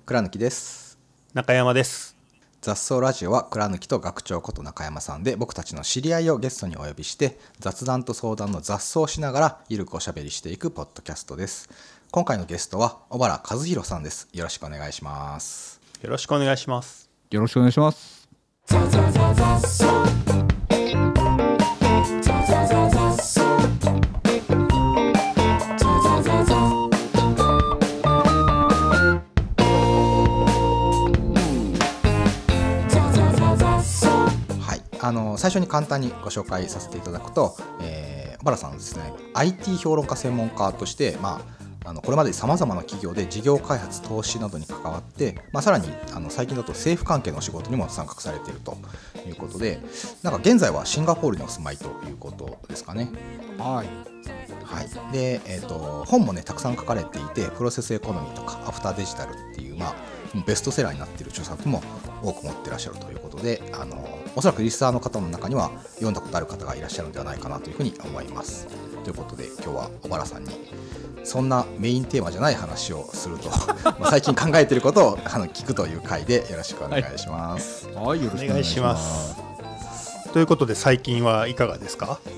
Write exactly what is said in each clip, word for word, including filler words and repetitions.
倉貫です。 中山です。 雑草ラジオは倉貫と学長こと中山さんで、僕たちの知り合いをゲストにお呼びして雑談と相談の雑草をしながらゆるくおしゃべりしていくポッドキャストです。今回のゲストは小原和弘さんです。よろしくお願いします。 よろしくお願いします。 よろしくお願いします。 あの最初に簡単にご紹介させていただくと、えー、小原さんはですね アイティー 評論家専門家として、まあ、あのこれまでさまざまな企業で事業開発投資などに関わって、まあ、さらにあの最近だと政府関係のお仕事にも参画されているということで、なんか現在はシンガポールにお住まいということですかね。 はいはい、で、えーと、本もねたくさん書かれていて、プロセスエコノミーとかアフターデジタルっていう、まあ、ベストセラーになっている著作も多く持っていらっしゃるということで、あのおそらくリスナーの方の中には読んだことある方がいらっしゃるのではないかなというふうに思います。ということで今日は小原さんにそんなメインテーマじゃない話をするとまあ最近考えていることをあの聞くという回でよろしくお願いします。 はい、はい、よろしくお願いします。 ということで最近はいかがですか？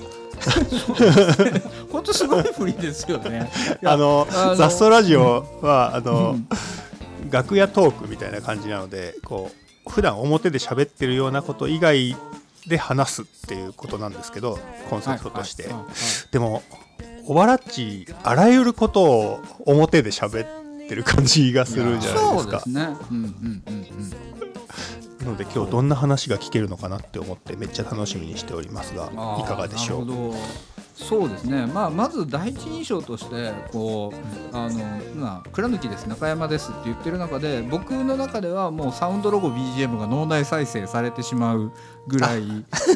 本当すごいフリーですよね。 あの雑草ラジオはあの、うん、楽屋トークみたいな感じなので、こう普段表で喋ってるようなこと以外で話すっていうことなんですけど、コンセプトとして、はいはいはいはい、でもおばらっちあらゆることを表で喋ってる感じがするじゃないですか。 そうですね、うんうんうんうん、 なので今日どんな話が聞けるのかなって思ってめっちゃ楽しみにしておりますが、いかがでしょう？ なるほど。そうですね、まあ、まず第一印象としてこうあの、まあ、倉貫です中山ですって言ってる中で、僕の中ではもうサウンドロゴ ビージーエム が脳内再生されてしまうぐらい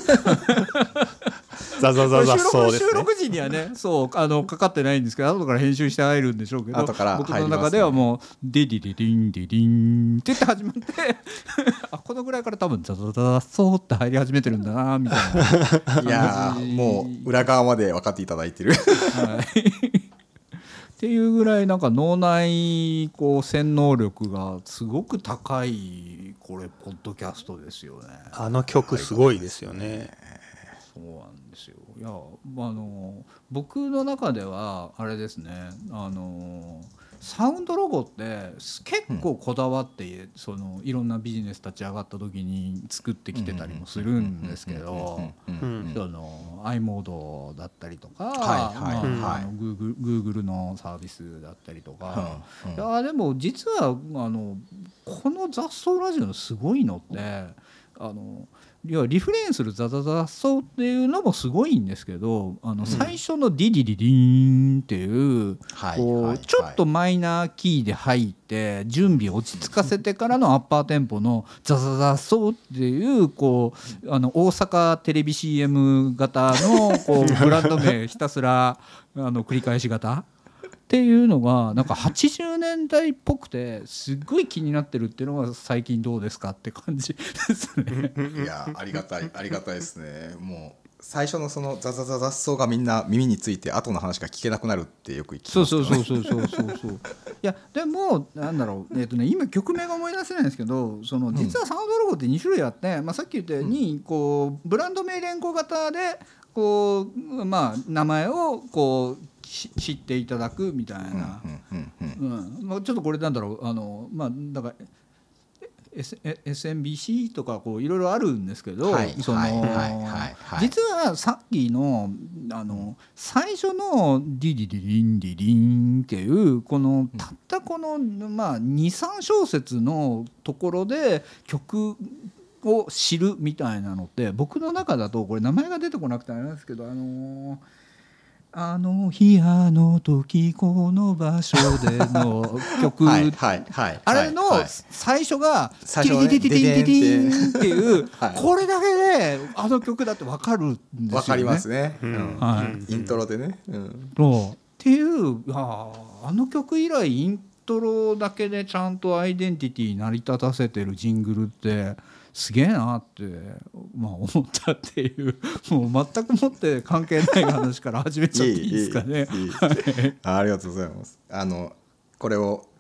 ザザザザそうですね。 収録時にはねそうあのかかってないんですけど、後から編集して入るんでしょうけど、 後から僕の中ではもうデデデディンデディンって言って始まってあこのぐらいから多分ザザザそうって入り始めてるんだなみたいな。 いやもう裏側まで分かっていただいてる、はい、 っていうぐらいなんか脳内こう洗脳力がすごく高いこれポッドキャストですよね。 あの曲すごいですよね。 そうなんですよ。いや、あの僕の中ではあれですね、あのサウンドロゴって結構こだわって、うん、そのいろんなビジネス立ち上がった時に作ってきてたりもするんですけど、i モードだったりとか、Google のサービスだったりとか、うんうん、いやでも実はあのこの雑草ラジオのすごいのってあの要はリフレインするザザザソっていうのもすごいんですけど、あの最初のディディディディーンっていう、うん、こうちょっとマイナーキーで入って準備を落ち着かせてからのアッパーテンポのザザザソっていうこうあの大阪テレビ シーエム 型のこうブランド名ひたすらあの繰り返し型っていうのがなんかはちじゅうねんだいっぽくてすっごい気になってるっていうのが最近どうですかって感じですね。 いやありがたいありがたいですね。もう最初のそのザザザ雑草がみんな耳について後の話が聞けなくなるってよく聞きますよね。 そうそうそうそうそうそういやでもなんだろう、えーとね、今曲名が思い出せないんですけど、その実はサウンドロゴってに種類あって、まあ、さっき言ったようにこうブランド名連呼型でこう、まあ、名前をこう知っていただくみたいな、ちょっとこれなんだろうあの、まあ、だから エスエムビーシー とかこういろいろあるんですけど、実はさっき の, あの最初のディディディリンディリンっていうこのたったこの、まあ、にさん小節のところで曲を知るみたいなのって僕の中だとこれ名前が出てこなくてあれなんですけど、あのーあの日あの時この場所での曲あれの最初がティリティティティティティンっていうこれだけであの曲だって分かるんですよね。 分かりますね、うんはい、イントロでね、うん、 そうっていうああの曲以来イントロだけでちゃんとアイデンティティ成り立たせてるジングルってすげえなって、まあ、思ったっていうもう全くもって関係ない話から始めちゃっていいですかね。 ありがとうございます。あのこれを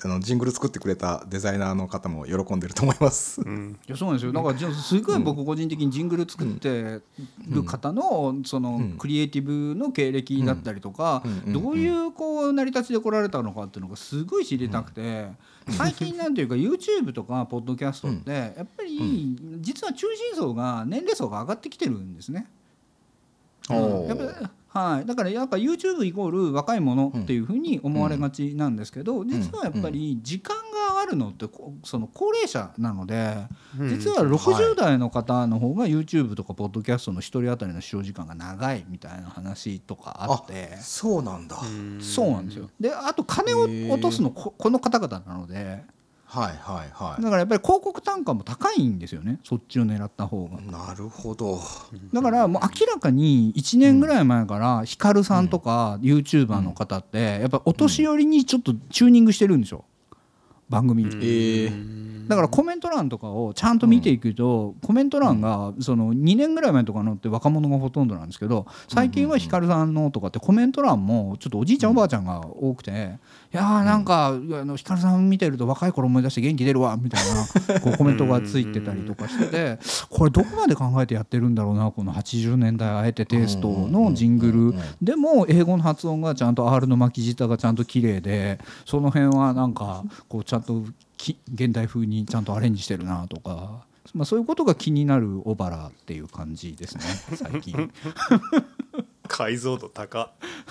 あのジングル作ってくれたデザイナーの方も喜んでると思います、うん、 いやそうなんですよ。だからじゃあすごい僕個人的にジングル作ってる方のそのクリエイティブの経歴だったりとかどういうこう成り立ちで来られたのかっていうのがすごい知りたくて、最近なんていうか YouTube とかポッドキャストってやっぱり実は中心層が年齢層が上がってきてるんですね。やっぱはい、だからやっぱ YouTube イコール若いものっていうふうに思われがちなんですけど、実はやっぱり時間があるのってその高齢者なので、実はろくじゅう代の方の方が YouTube とかポッドキャストの一人当たりの使用時間が長いみたいな話とかあって。 あ、そうなんだ。 そうなんですよ。であと金を落とすのここの方々なので、 はいはいはい、 だからやっぱり広告単価も高いんですよね、そっちを狙った方が。 なるほど。 だからもう明らかにいちねんぐらい前からヒカルさんとか YouTuber の方ってやっぱお年寄りにちょっとチューニングしてるんですよ、番組に。えーだからコメント欄とかをちゃんと見ていくと、コメント欄がそのにねんぐらい前とかのって若者がほとんどなんですけど、最近はヒカルさんのとかってコメント欄もちょっとおじいちゃんおばあちゃんが多くて、いやーなんかあのヒカルさん見てると若い頃思い出して元気出るわみたいなこうコメントがついてたりとかしてて、これどこまで考えてやってるんだろうな、このはちじゅうねんだいあえてテイストのジングルでも英語の発音がちゃんと R の巻き舌がちゃんと綺麗で、その辺はなんかこうちゃんと現代風にちゃんとアレンジしてるなとか、まあ、そういうことが気になる小原っていう感じですね最近解像度高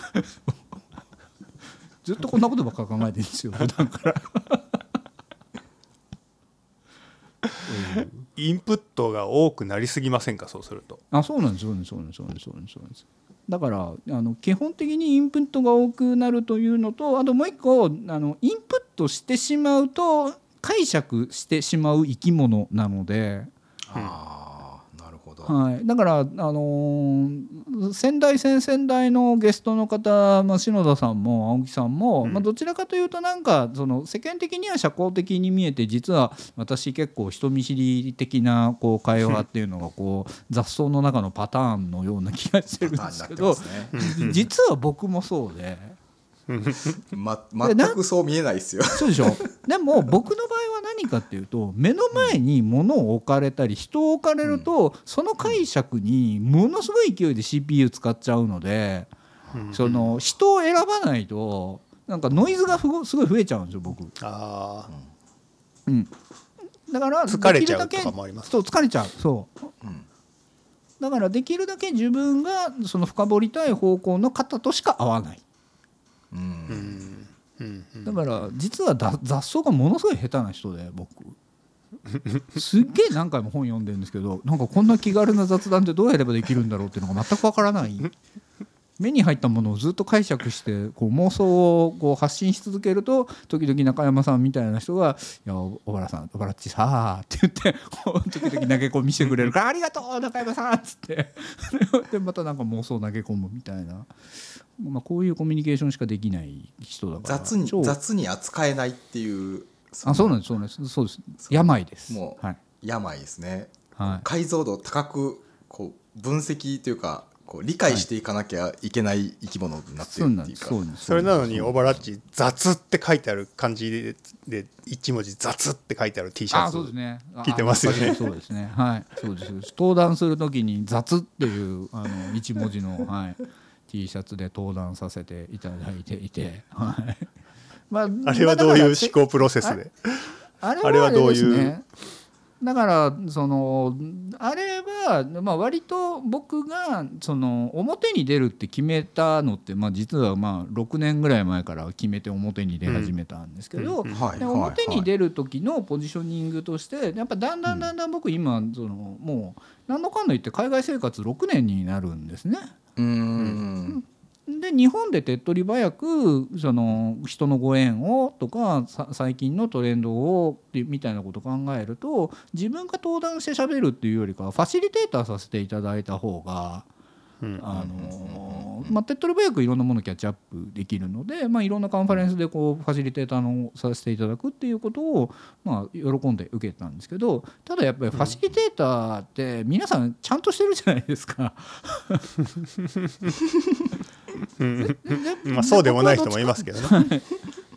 ずっとこんなことばっか考えてるんですよ普段からインプットが多くなりすぎませんか、そうすると。 あ、そうなんですそうなんですそうなんですそうなんですそうなんですそうなんです。だからあの基本的にインプットが多くなるというのと、あともう一個、あのインプットしてしまうと解釈してしまう生き物なので、 ああ、なるほど。 はい、だから、あのー、先代先々代のゲストの方、まあ、篠田さんも青木さんも、うん、まあ、どちらかというとなんかその世間的には社交的に見えて、実は私結構人見知り的なこう会話っていうのがこう雑草の中のパターンのような気がしてるんですけど、ね、実は僕もそうでま、全くそう見えないですよそうでしょ。でも僕の場合は何かっていうと、目の前に物を置かれたり人を置かれると、その解釈にものすごい勢いで シーピーユー 使っちゃうので、その人を選ばないとなんかノイズがすごい増えちゃうんですよ僕。あ、うん、だから疲れちゃうとかもあります。 そう、疲れちゃう。そう、うん、だからできるだけ自分がその深掘りたい方向の方としか合わない。うんうんうん、だから実はだ雑草がものすごい下手な人で、僕すっげえ何回も本読んでるんですけど、なんかこんな気軽な雑談ってどうやればできるんだろうっていうのが全くわからない目に入ったものをずっと解釈してこう妄想をこう発信し続けると、時々中山さんみたいな人が「いや小原さん小原っちさ」って言ってこう時々投げ込みしてくれるから「ありがとう中山さん」っつってでまたなんか妄想投げ込むみたいな。まあ、こういうコミュニケーションしかできない人だから、 雑に雑に扱えないっていう。 あ、そうなんですそうなんですそうです。病です。 もう、はい、病ですね、 はい、 解像度高くこう分析というかこう理解していかなきゃいけない生き物になってるっていうか、 はい、それなのにオーバーラッチ雑って書いてある感じ で, で一文字雑って書いてある T シャツ聞いてますよね。 そうですね、はい、そうです。登壇するときに雑っていうあの一文字の、はい、T シャツで登壇させていただいていて、はいまあ、 あれはどういう思考プロセスであれはあれはどういう、だからそのあれは、まあ、割と僕がその表に出るって決めたのって、まあ、実はまあろくねんぐらい前から決めて表に出始めたんですけど、表に出る時のポジショニングとしてやっぱだんだんだんだん僕今そのもう何のかんの言って海外生活ろくねんになるんですね。うーんで日本で手っ取り早くその人のご縁をとか最近のトレンドをみたいなことを考えると、自分が登壇して喋るっていうよりかはファシリテーターさせていただいた方が、あのまあ、手っ取り早くいろんなものをキャッチアップできるので、まあ、いろんなカンファレンスでこうファシリテーターのさせていただくっていうことを、まあ、喜んで受けたんですけど、ただやっぱりファシリテーターって皆さんちゃんとしてるじゃないですかまあそうでもない人もいますけどね。 だか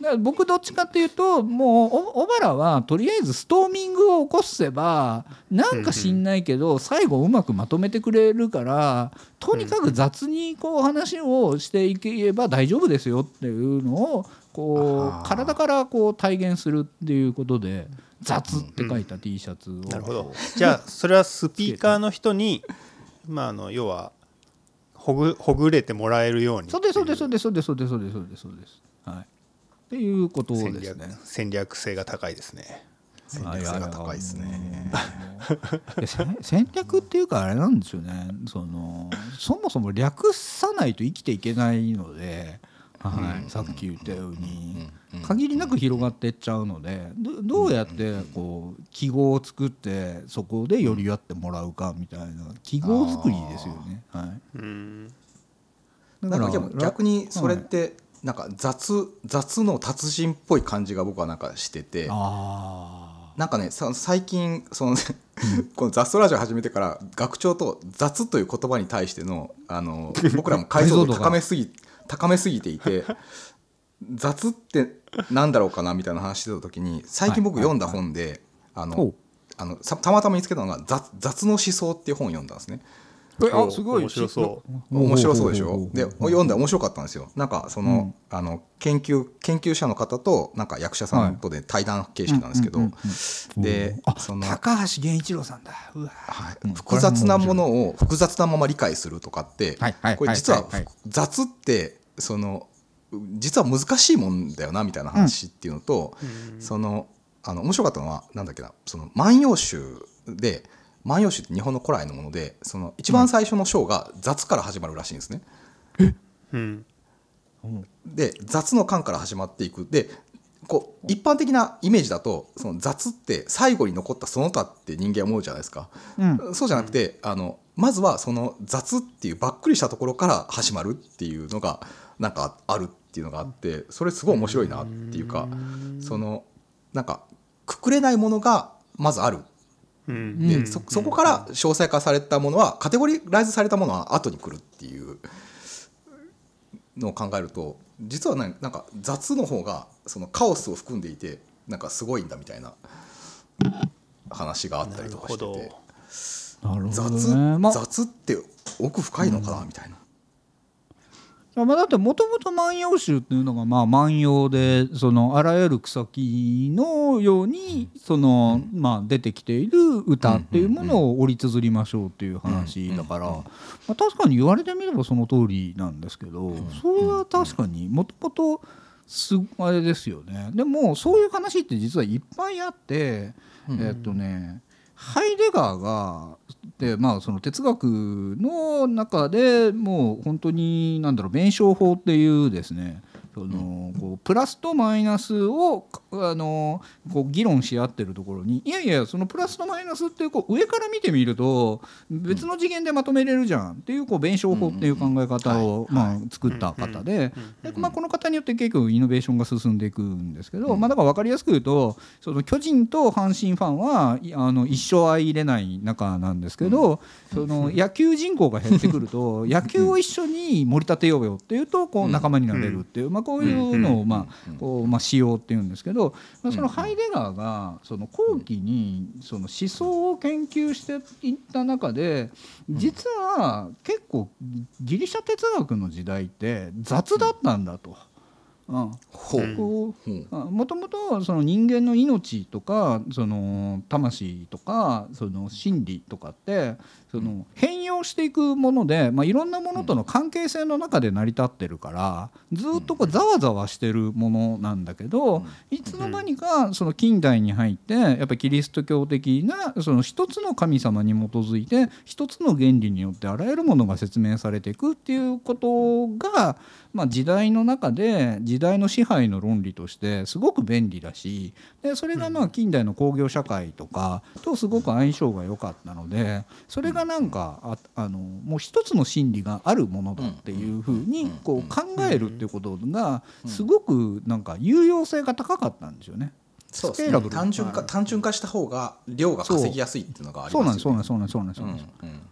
僕どっちかっていうともう小原はとりあえずストーミングを起こせばなんか知んないけど最後うまくまとめてくれるからとにかく雑にこう話をしていけば大丈夫ですよっていうのをこう体からこう体現するっていうことで雑って書いた T シャツを、うん、 なるほど。じゃあそれはスピーカーの人にまああの要はほぐほぐれてもらえるようにそうですそうですそうですそうですそうですそうですそうですそうですはいっていうことですね。 戦略、戦略性が高いですね。 戦略性が高いですね。 戦略っていうかあれなんですよね。そのそもそも略さないと生きていけないので、はい、さっき言ったように限りなく広がっていっちゃうので、ど, どうやってこう記号を作ってそこで寄り合ってもらうかみたいな記号作りですよね。はい、うんだから逆にそれって、はいなんか 雑, 雑の達人っぽい感じが僕はなんかしててあなんかね最近その、ね、この雑草ラジオ始めてから学長と雑という言葉に対してのあの僕らも解像度高めすぎ高めすぎていて雑ってなんだろうかなみたいな話してた時に最近僕読んだ本であのあのたまたま見つけたのが 雑, 雑の思想っていう本を読んだんですね。 あすごい面白そう面白そうでしょ。で読んで面白かったんですよ。なんかその、うん、あの研究研究者の方となんか役者さんとで対談形式なんですけど、でその高橋源一郎さんだ。うわ、 はい、複雑なものを複雑なまま理解するとかってこれ実は雑ってその実は難しいもんだよなみたいな話っていうのと、うん、そのあの面白かったのはなんだっけなその万葉集で万葉集って日本の古来のものでその一番最初の章が雑から始まるらしいんですね。え、うん、で雑の間から始まっていくでこう一般的なイメージだとその雑って最後に残ったその他って人間は思うじゃないですか、うん、そうじゃなくてあのまずはその雑っていうばっくりしたところから始まるっていうのがなんかあるっていうのがあってそれすごい面白いなっていうかそのなんかくくれないものがまずある。で そ, そこから詳細化されたものはカテゴリライズされたものは後に来るっていうのを考えると実はなんか雑の方がそのカオスを含んでいてなんかすごいんだみたいな話があったりとかしててなるほど、ね、 雑、 ま、 雑って奥深いのかなみたいな。 まあ、だってもともと万葉集っていうのがまあ万葉でそのあらゆる草木のようにそのまあ出てきている歌っていうものを織り綴りましょうっていう話だからまあ確かに言われてみればその通りなんですけどそれは確かにもともとあれですよね。でもそういう話って実はいっぱいあってえっとねハイデガーがで、まあ、その哲学の中でもう本当に何だろう弁証法っていうですねそのこうプラスとマイナスをあのこう議論し合ってるところにいやいやそのプラスとマイナスってこう上から見てみると別の次元でまとめれるじゃんっていうこう弁証法っていう考え方をまあ作った方ででまあこの方によって結構イノベーションが進んでいくんですけどまあだから分かりやすく言うとその巨人と阪神ファンはあの一生相入れない仲なんですけどその野球人口が減ってくると野球を一緒に盛り立てようよっていうとこう仲間になれるっていうまあこういうのをまあこうまあ使用っていうんですけどそのハイデガーがその後期にその思想を研究していった中で実は結構ギリシャ哲学の時代って雑だったんだと。もともとその人間の命とかその魂とかその心理とかってその変容していくもので、まあ、いろんなものとの関係性の中で成り立ってるからずっとこうざわざわしてるものなんだけどいつの間にかその近代に入ってやっぱりキリスト教的なその一つの神様に基づいて一つの原理によってあらゆるものが説明されていくっていうことがまあ時代の中で時代の支配の論理としてすごく便利だしでそれがまあ近代の工業社会とかとすごく相性が良かったのでそれがなんかああのもう一つの真理があるものだっていうふうにこう考えるっていうことがすごくなんか有用性が高かったんですよね。 そうですね。単純化単純化した方が量が稼ぎやすいっていうのがありますよね。 そうなんですそうなんですそうなんですそうなんです。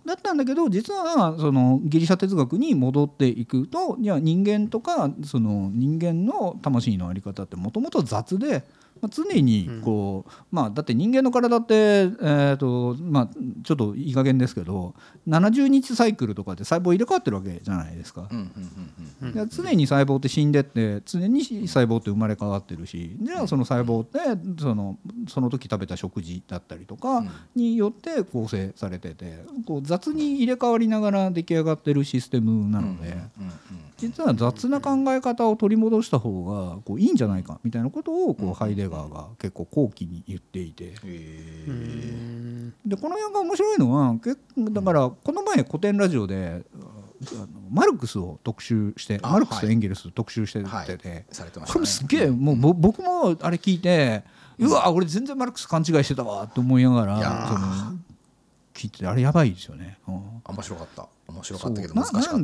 だったんだけど実はそのギリシャ哲学に戻っていくと、いや人間とかその人間の魂の在り方ってもともと雑で、まあ、常にこう、うん、まあだって人間の体って、えーとまあ、ちょっといい加減ですけどななじゅうにちサイクルとかで細胞入れ替わってるわけじゃないですか。常に細胞って死んでって常に細胞って生まれ変わってるし、じゃあその細胞ってそのその時食べた食事だったりとかによって構成されてて、こう雑に入れ替わりながら出来上がってるシステムなので、実は雑な考え方を取り戻した方がこういいんじゃないかみたいなことをこうハイデガーが結構後期に言っていて、でこの辺が面白いのはだからこの前古典ラジオであのマルクスを特集してマルクスとエンゲルス特集してて、はいはいね、これすげえもう、うん、僕もあれ聞いて、うわ俺全然マルクス勘違いしてたわと思いながらその聞いてて、あれやばいですよね、うん、 面白かった面白かったけど難しかった。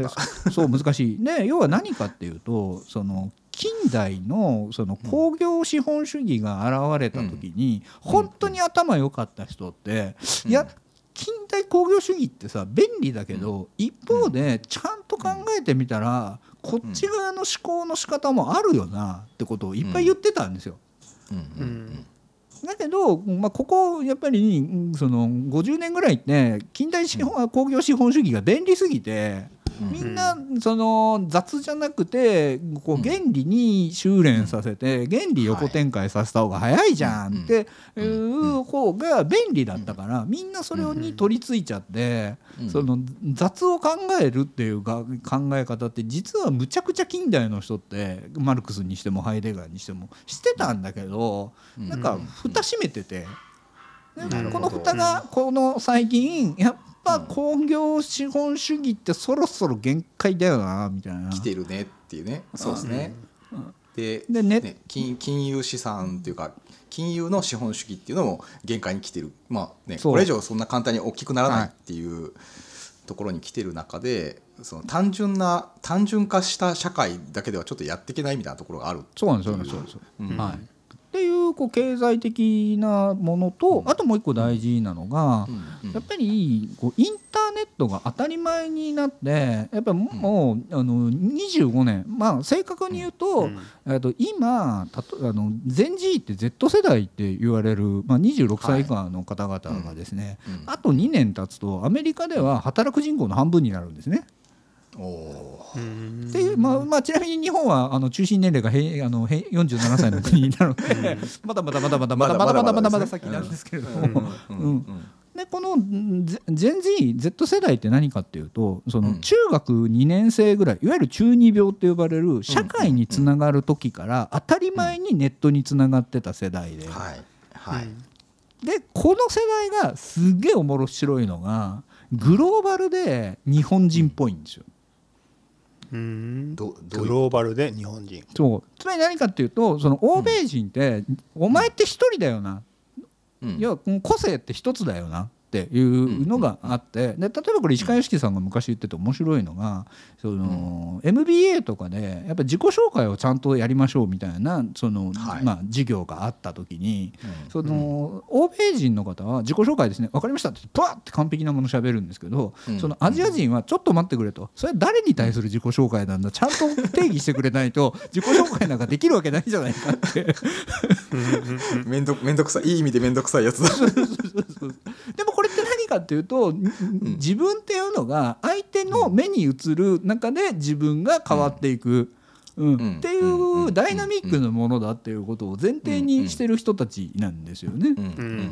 そう難しいで要は何かっていうとその近代 の, その工業資本主義が現れた時に、うん、本当に頭良かった人って、うん、いや近代工業主義ってさ便利だけど、うん、一方でちゃんと考えてみたら、うん、こっち側の思考の仕方もあるよなってことをいっぱい言ってたんですよ、うんうんうんだけど、まあ、ここやっぱりそのごじゅうねんぐらいって近代資本、うん、工業資本主義が便利すぎてみんなその雑じゃなくてこう原理に修練させて原理横展開させた方が早いじゃんっていう方が便利だったからみんなそれに取り付いちゃってその雑を考えるっていう考え方って実はむちゃくちゃ近代の人ってマルクスにしてもハイデガーにしてもしてたんだけどなんか蓋閉めててこの蓋がこの最近やっぱ工業資本主義ってそろそろ限界だよなみたいな来てるねっていうね。そうですね、うん、で, で、ねね、金, 金融資産っていうか金融の資本主義っていうのも限界に来てる、まあね、これ以上そんな簡単に大きくならないっていうところに来てる中でその単純な単純化した社会だけではちょっとやっていけないみたいなところがある。 そうなんですよ、そうなんですよ、うんはいっていうこう経済的なものとあともう一個大事なのがやっぱりこうインターネットが当たり前になってやっぱりもうあのにじゅうごねんまあ正確に言うと今たとあのゼン Z って Z 世代って言われるまあにじゅうろくさい以下の方々がですねあとにねん経つとアメリカでは働く人口の半分になるんですね。おっていうまあまあ、ちなみに日本はあの中心年齢がへあのへよんじゅうななさいの国なのでまだまだまだまだまだまだまだまだまだ先なんですけれどもでこの ゼン Z、Z 世代って何かっていうとその中学にねん生ぐらいいわゆる中二病って呼ばれる社会につながる時から当たり前にネットにつながってた世代で、はいはい、でこの世代がすげえ面白いのがグローバルで日本人っぽいんですよ。 うんどどういうグローバルで日本人そうつまり何かっていうとその欧米人って、うん、お前って一人だよな、うん、いや個性って一つだよなっていうのがあって、で例えばこれ石川良樹さんが昔言ってて面白いのがその、うん、エムビーエー とかでやっぱ自己紹介をちゃんとやりましょうみたいなその、はいまあ、授業があった時に、うん、その欧米人の方は自己紹介ですね分かりましたってパッて完璧なもの喋るんですけど、うん、そのアジア人はちょっと待ってくれとそれは誰に対する自己紹介なんだちゃんと定義してくれないと自己紹介なんかできるわけないじゃないかってめんどめんどくさいいい意味でめんどくさいやつだでもこれって何かっていうと、うん、自分っていうのが相手の目に映る中で自分が変わっていく、うんうん、っていうダイナミックなものだっていうことを前提にしてる人たちなんですよね。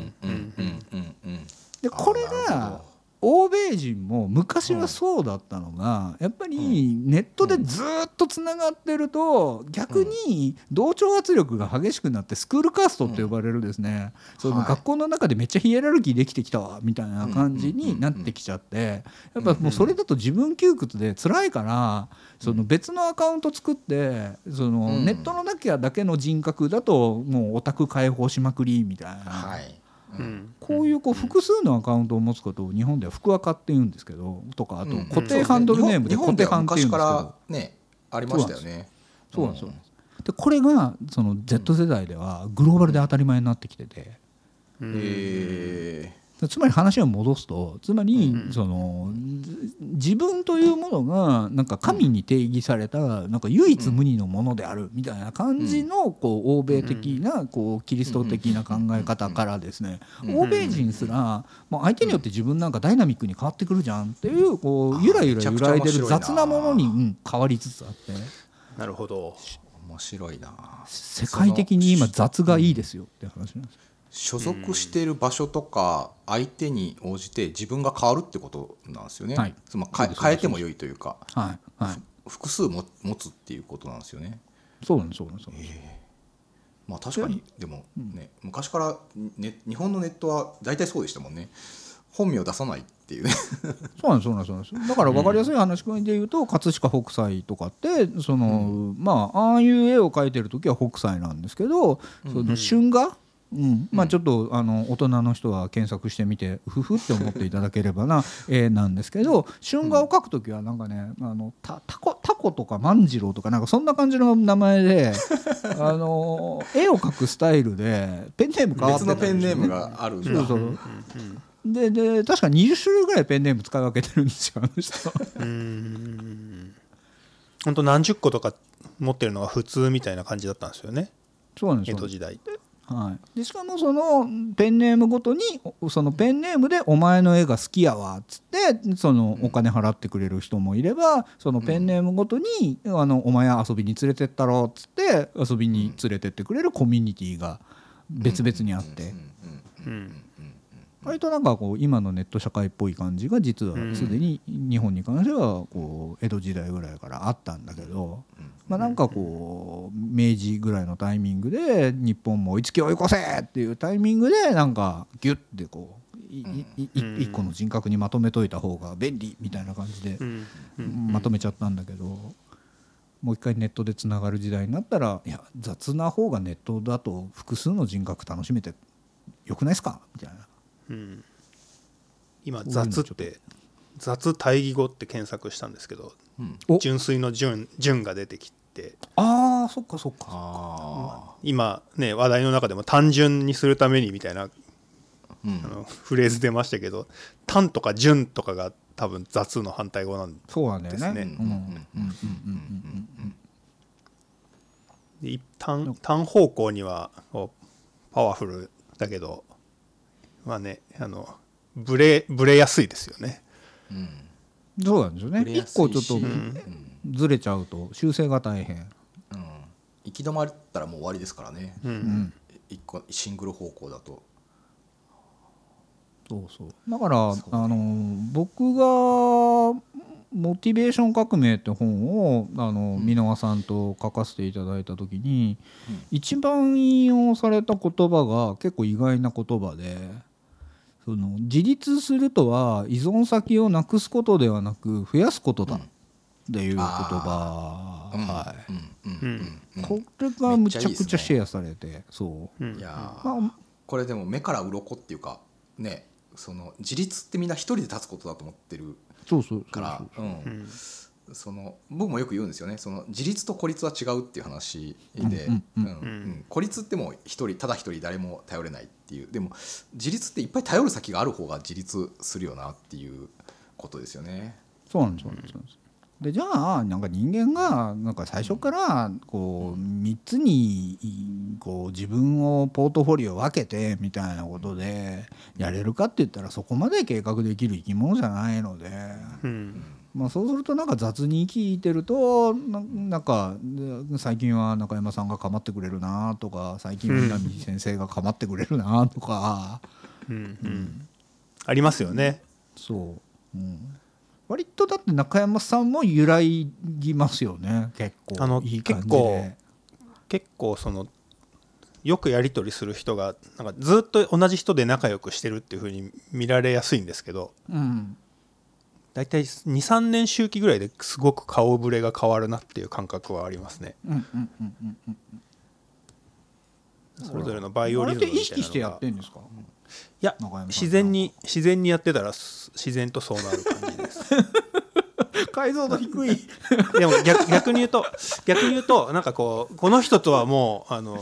でこれが欧米人も昔はそうだったのがやっぱりネットでずっとつながってると逆に同調圧力が激しくなってスクールカーストって呼ばれるですねその学校の中でめっちゃヒエラルキーできてきたわみたいな感じになってきちゃってやっぱもうそれだと自分窮屈で辛いからその別のアカウント作ってそのネットの中だけの人格だともうオタク解放しまくりみたいな。はいうん、こういうこう複数のアカウントを持つことを日本では福アカって言うんですけどとかあと固定ハンドルネームで固定ハンって言うんですけど、うん、日本では昔からねありましたよね。 そうなんですよ。でこれがその Z 世代ではグローバルで当たり前になってきてて、 うん、へつまり話を戻すとつまりその自分というものがなんか神に定義されたなんか唯一無二のものであるみたいな感じのこう欧米的なこうキリスト的な考え方からですね欧米人すらもう相手によって自分なんかダイナミックに変わってくるじゃんっていうこうゆらゆら揺らいでる雑なものにうん変わりつつあってなるほど面白いな。 世界的に今雑がいいですよって話なんです。 所属している場所とか相手に応じて自分が変わるってことなんですよね、はい、つまり変え、変えても良いというか、 はいはい、 複数も持つっていうことなんですよね。 そうなんですそうなんです、 えー、まあ確かにでもね、うん、昔から、ね、日本のネットは大体そうでしたもんね。本名を出さないっていうねそうなんですそうなんですそうなんです。だから分かりやすい話で言うと、うん、葛飾北斎とかってその、うん、まあああいう絵を描いてる時は北斎なんですけど、うん、その春画、うんまあ、ちょっとあの大人の人は検索してみてふふって思っていただければな絵なんですけど春画を描くときはなんかねあのたタコタコとか万次郎とかなんかそんな感じの名前であの絵を描くスタイルでペンネーム変わってたんですよね。 別のペンネームがあるんだ。 そうそうでで確かにじゅっ種類ぐらいペンネーム使い分けてるんですよあの人。 うーん本当何十個とか持ってるのが普通みたいな感じだったんですよね。 そうなんです江戸時代はい、でしかもそのペンネームごとにそのペンネームでお前の絵が好きやわっつってそのお金払ってくれる人もいればそのペンネームごとにあのお前遊びに連れてったろっつって遊びに連れてってくれるコミュニティが別々にあって割となんかこう今のネット社会っぽい感じが実はすでに日本に関してはこう江戸時代ぐらいからあったんだけど、まあなんかこう明治ぐらいのタイミングで日本も追いつき追い越せっていうタイミングでなんかギュッてこう一個の人格にまとめといた方が便利みたいな感じでまとめちゃったんだけど、もう一回ネットでつながる時代になったらいや雑な方がネットだと複数の人格楽しめてよくないですかみたいな。 うん、今雑って雑対義語って検索したんですけど、うん、純粋の純純が出てきてああそっかそっかあ今ね話題の中でも単純にするためにみたいな、うん、あのフレーズ出ましたけど単とか純とかが多分雑の反対語なんですね。 そうなんだよね。 単単方向にはパワフルだけどまあね、あのブレブレやすいですよね、 うん、そうなんですよね。一個ちょっとずれちゃうと修正が大変、うん、 行き止まったらもう終わりですからね、うん、一個シングル方向だと。 そうそうだからあの僕がモチベーション革命って本をあの箕輪さんと書かせていただいた時に、うん、一番引用された言葉が結構意外な言葉でその自立するとは依存先をなくすことではなく増やすことだっていう言葉、うんはい、これがむちゃくちゃシェアされていい、ね、そう、 いや、まあ、これでも目から鱗っていうかねその自立ってみんな一人で立つことだと思ってるからその僕もよく言うんですよね。その自立と孤立は違うっていう話で孤立ってもう一人ただ一人誰も頼れないっていうでも自立っていっぱい頼る先がある方が自立するよなっていうことですよね。 そうなんですそうなんですでじゃあなんか人間がなんか最初からこうみっつにこう自分をポートフォリオ分けてみたいなことでやれるかって言ったらそこまで計画できる生き物じゃないので、うんまあ、そうするとなんか雑に聞いてると な, なんか最近は中山さんが構ってくれるなとか最近南先生が構ってくれるなとか、 うんうんうん、ありますよね。 そう、うん割とだって中山さんも揺らぎますよね結構あのいい感じで。 結構結構そのよくやり取りする人がなんかずっと同じ人で仲良くしてるっていう風に見られやすいんですけど、うん、だいたい にさんねん周期ぐらいですごく顔ぶれが変わるなっていう感覚はありますね。それぞれのバイオリズムみたいなのがあれって意識してやってんですか？いや自然に自然にやってたら自然とそうなる感じです解像度低いでも 逆, 逆に言うと逆に言うとなんかこうこの人とはもうあの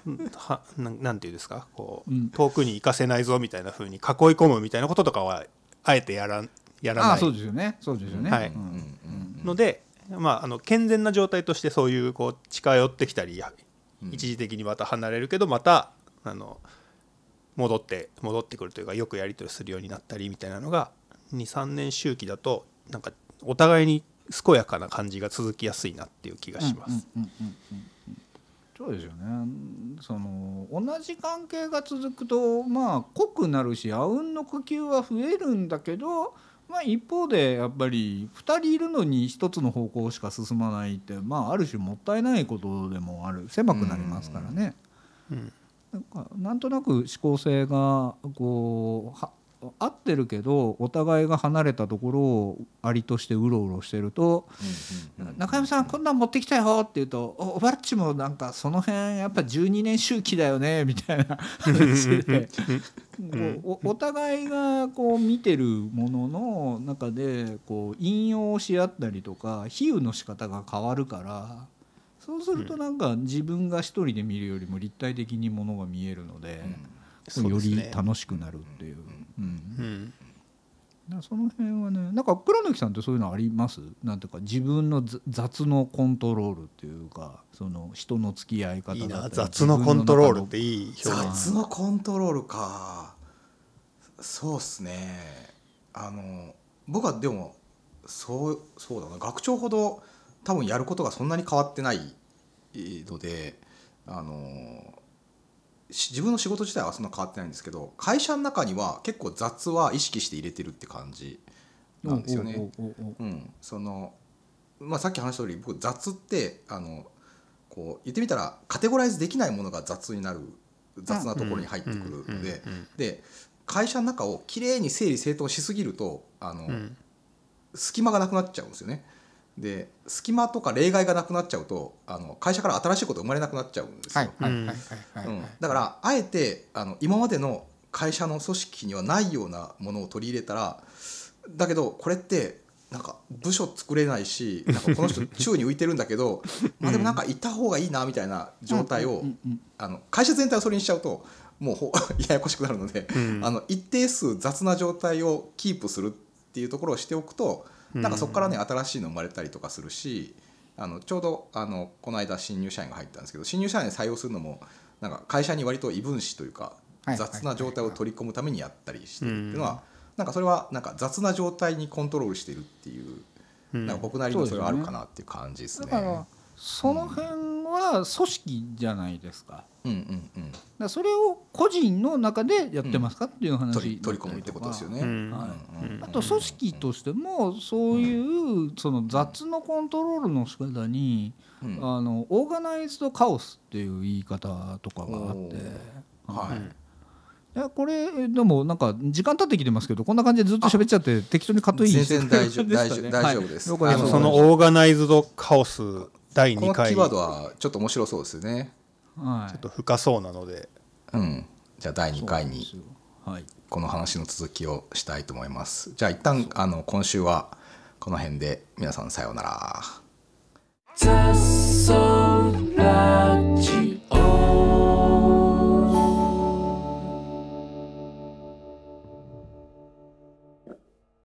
はななんていうんですかこう、 うん遠くに行かせないぞみたいな風に囲い込むみたいなこととかはあえてやらやらああないそうですよねそうですよね、 はいうんうんので、まあ、あの健全な状態としてそういうこう近寄ってきたりうん一時的にまた離れるけどまたあの戻って戻ってくるというかよくやり取りするようになったりみたいなのがにさんねん周期だとなんかお互いに健やかな感じが続きやすいなっていう気がします。 うんうんうんうんうんそうですよね。その同じ関係が続くとまあ濃くなるしあうんの呼吸は増えるんだけど、まあ、一方でやっぱりふたりいるのにひとつの方向しか進まないって、まあ、ある種もったいないことでもある狭くなりますからね。 うんなんかなんとなく思考性がこうは合ってるけどお互いが離れたところをアリとしてうろうろしてるとうんうんうん中山さんこんなん持ってきたよって言うとおばっちもなんかその辺やっぱじゅうにねん周期だよねみたいな話でこうおお互いがこう見てるものの中でこう引用し合ったりとか比喩の仕方が変わるからそうするとなんか自分が一人で見るよりも立体的にものが見えるのでより楽しくなるっていう。うんうんだからその辺はねなんか黒貫さんってそういうのありますなんていうか自分のざ雑のコントロールっていうかその人の付き合い方だったりいいな雑のコントロールっていい表現。 雑のコントロールかそうっすねあの僕はでもそうそうだな学長ほど多分やることがそんなに変わってないのであのし自分の仕事自体はそんな変わってないんですけど会社の中には結構雑は意識して入れてるって感じなんですよね。 おうおうおうおううんそのまあ、さっき話した通り僕雑ってあのこう言ってみたらカテゴライズできないものが雑になる雑なところに入ってくるのでで会社の中をきれいに整理整頓しすぎるとあの、 うん隙間がなくなっちゃうんですよね。で隙間とか例外がなくなっちゃうとあの会社から新しいこと生まれなくなっちゃうんですよ。 はいはいはいはいはい、 うんだからあえてあの今までの会社の組織にはないようなものを取り入れたらだけどこれってなんか部署作れないしなんかこの人宙に浮いてるんだけどまあでもなんかいた方がいいなみたいな状態をあの会社全体をそれにしちゃうともうほややこしくなるので、 うんあの一定数雑な状態をキープするっていうところをしておくとなんかそこからね新しいの生まれたりとかするしあのちょうどあのこの間新入社員が入ったんですけど新入社員採用するのもなんか会社に割と異分子というかはい雑な状態を取り込むためにやったりしてるっていうのはなんかそれはなんか雑な状態にコントロールしているっていううんなんか僕なりのそれはあるかなっていう感じですね。 だからその辺は組織じゃないですか。 うんうんうんだからそれを個人の中でやってますかっていう話取り取り込むってことですよね。 うんはいうんあと組織としてもそういうその雑のコントロールの仕方にうんあのオーガナイズドカオスっていう言い方とかがあってはいうんいやこれでもなんか時間経ってきてますけどこんな感じでずっと喋っちゃって適当にカットインして全然大丈夫大丈夫大丈夫ですはいあのそのオーガナイズドカオスだいにかいちょこのキーワードはちょっと面白そうですよね。 はいっと深そうなのでうん、じゃあだいにかいにそうなんですよはいこの話の続きをしたいと思います。じゃあ一旦あの今週はこの辺で皆さんさようなら。